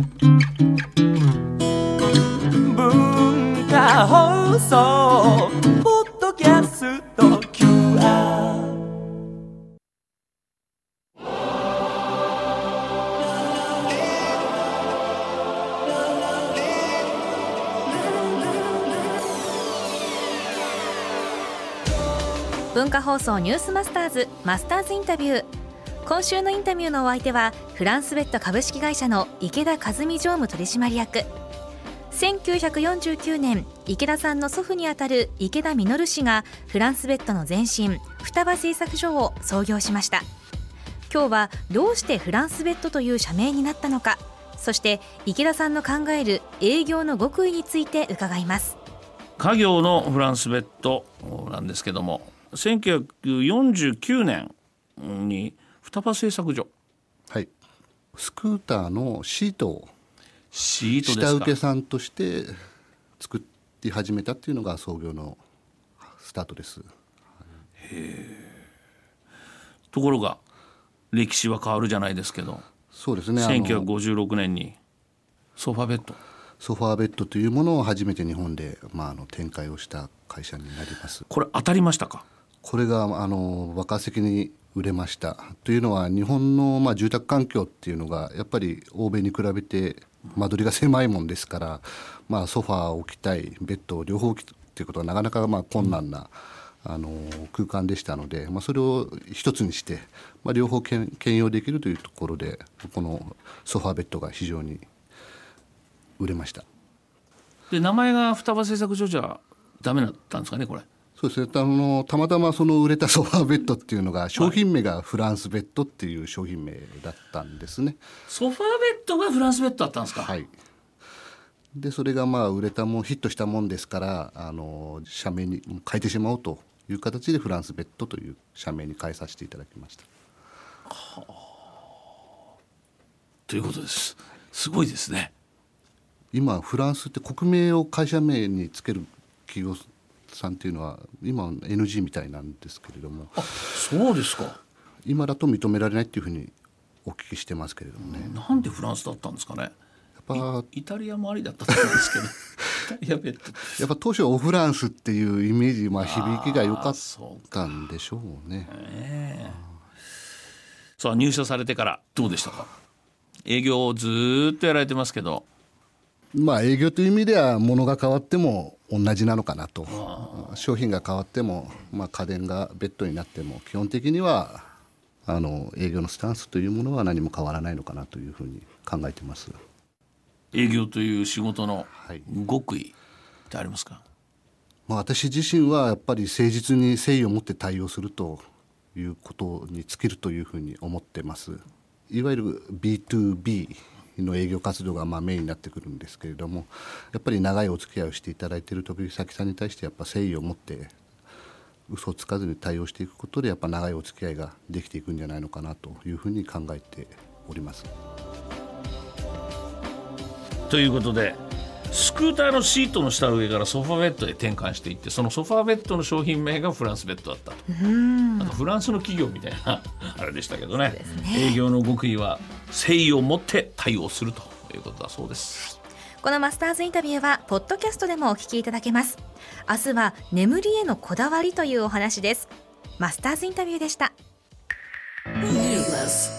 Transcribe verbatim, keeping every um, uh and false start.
文化放送ポッドキャスト キューアール。 文化放送ニュースマスターズマスターズインタビュー。今週のインタビューのお相手はフランスベッド株式会社の池田和美常務取締役。せんきゅうひゃくよんじゅうきゅうねん、池田さんの祖父にあたる池田稔氏がフランスベッドの前身双葉製作所を創業しました。今日はどうしてフランスベッドという社名になったのか、そして池田さんの考える営業の極意について伺います。 家業のフランスベッドなんですけども、せんきゅうひゃくよんじゅうきゅうねんに双葉製作所、 はい、スクーターのシートをシートですか。 下請けさんとして作り始めたっていうのが創業のスタートです。 へー。ところが歴史は変わるじゃないですけど、 そうですね、 せんきゅうひゃくごじゅうろくねんにソファベッドソファーベッドというものを初めて日本で、まあ、あの展開をした会社になります。 これ当たりましたか。 これがあの爆発的に売れました。というのは日本の、まあ、住宅環境っていうのがやっぱり欧米に比べて間取りが狭いもんですから、まあ、ソファーを置きたい、ベッドを両方置きっていうことはなかなかまあ困難な、うん、あの空間でしたので、まあ、それを一つにして、まあ、両方兼用できるというところでこのソファーベッドが非常に売れました。 で名前が双葉製作所じゃダメだったんですかね。これそうですね、あのたまたまその売れたソファーベッドっていうのが商品名がフランスベッドっていう商品名だったんですね。 ソファーベッドがフランスベッドだったんですか。 はい。でそれがまあ売れたもんヒットしたもんですから、あの社名に変えてしまおうという形でフランスベッドという社名に変えさせていただきました。 はあ、ということです。すごいですね。 今フランスって国名を会社名につける企業さんっていうのは今 エヌジー みたいなんですけれども。 あ、そうですか。 今だと認められないっていうふうにお聞きしてますけれどもね。 なんでフランスだったんですかね。やっぱイタリアもありだったと思うんですけどイタリアベッドやっぱ当初オフランスっていうイメージ、まあ、響きが良かったんでしょうね。 えー、さあ入社されてからどうでしたか。営業をずっとやられてますけど、 まあ、営業という意味では物が変わっても同じなのかなと。商品が変わっても、まあ、家電がベッドになっても基本的にはあの営業のスタンスというものは何も変わらないのかなというふうに考えています。 営業という仕事の極意ってありますか。 はい、まあ、私自身はやっぱり誠実に誠意を持って対応するということに尽きるというふうに思ってます。いわゆる ビーツービーの営業活動がまあメインになってくるんですけれども、やっぱり長いお付き合いをしていただいている取引先さんに対してやっぱ誠意を持って嘘をつかずに対応していくことでやっぱ長いお付き合いができていくんじゃないのかなというふうに考えております。 ということでスクーターのシートの下上からソファベッドへ転換していって、そのソファベッドの商品名がフランスベッドだったと。うんなんかフランスの企業みたいなあれでしたけど ね, ね営業の極意は誠意を持って対応するということだそうです。 このマスターズインタビューはポッドキャストでもお聞きいただけます。明日は眠りへのこだわりというお話です。マスターズインタビューでした。ニュース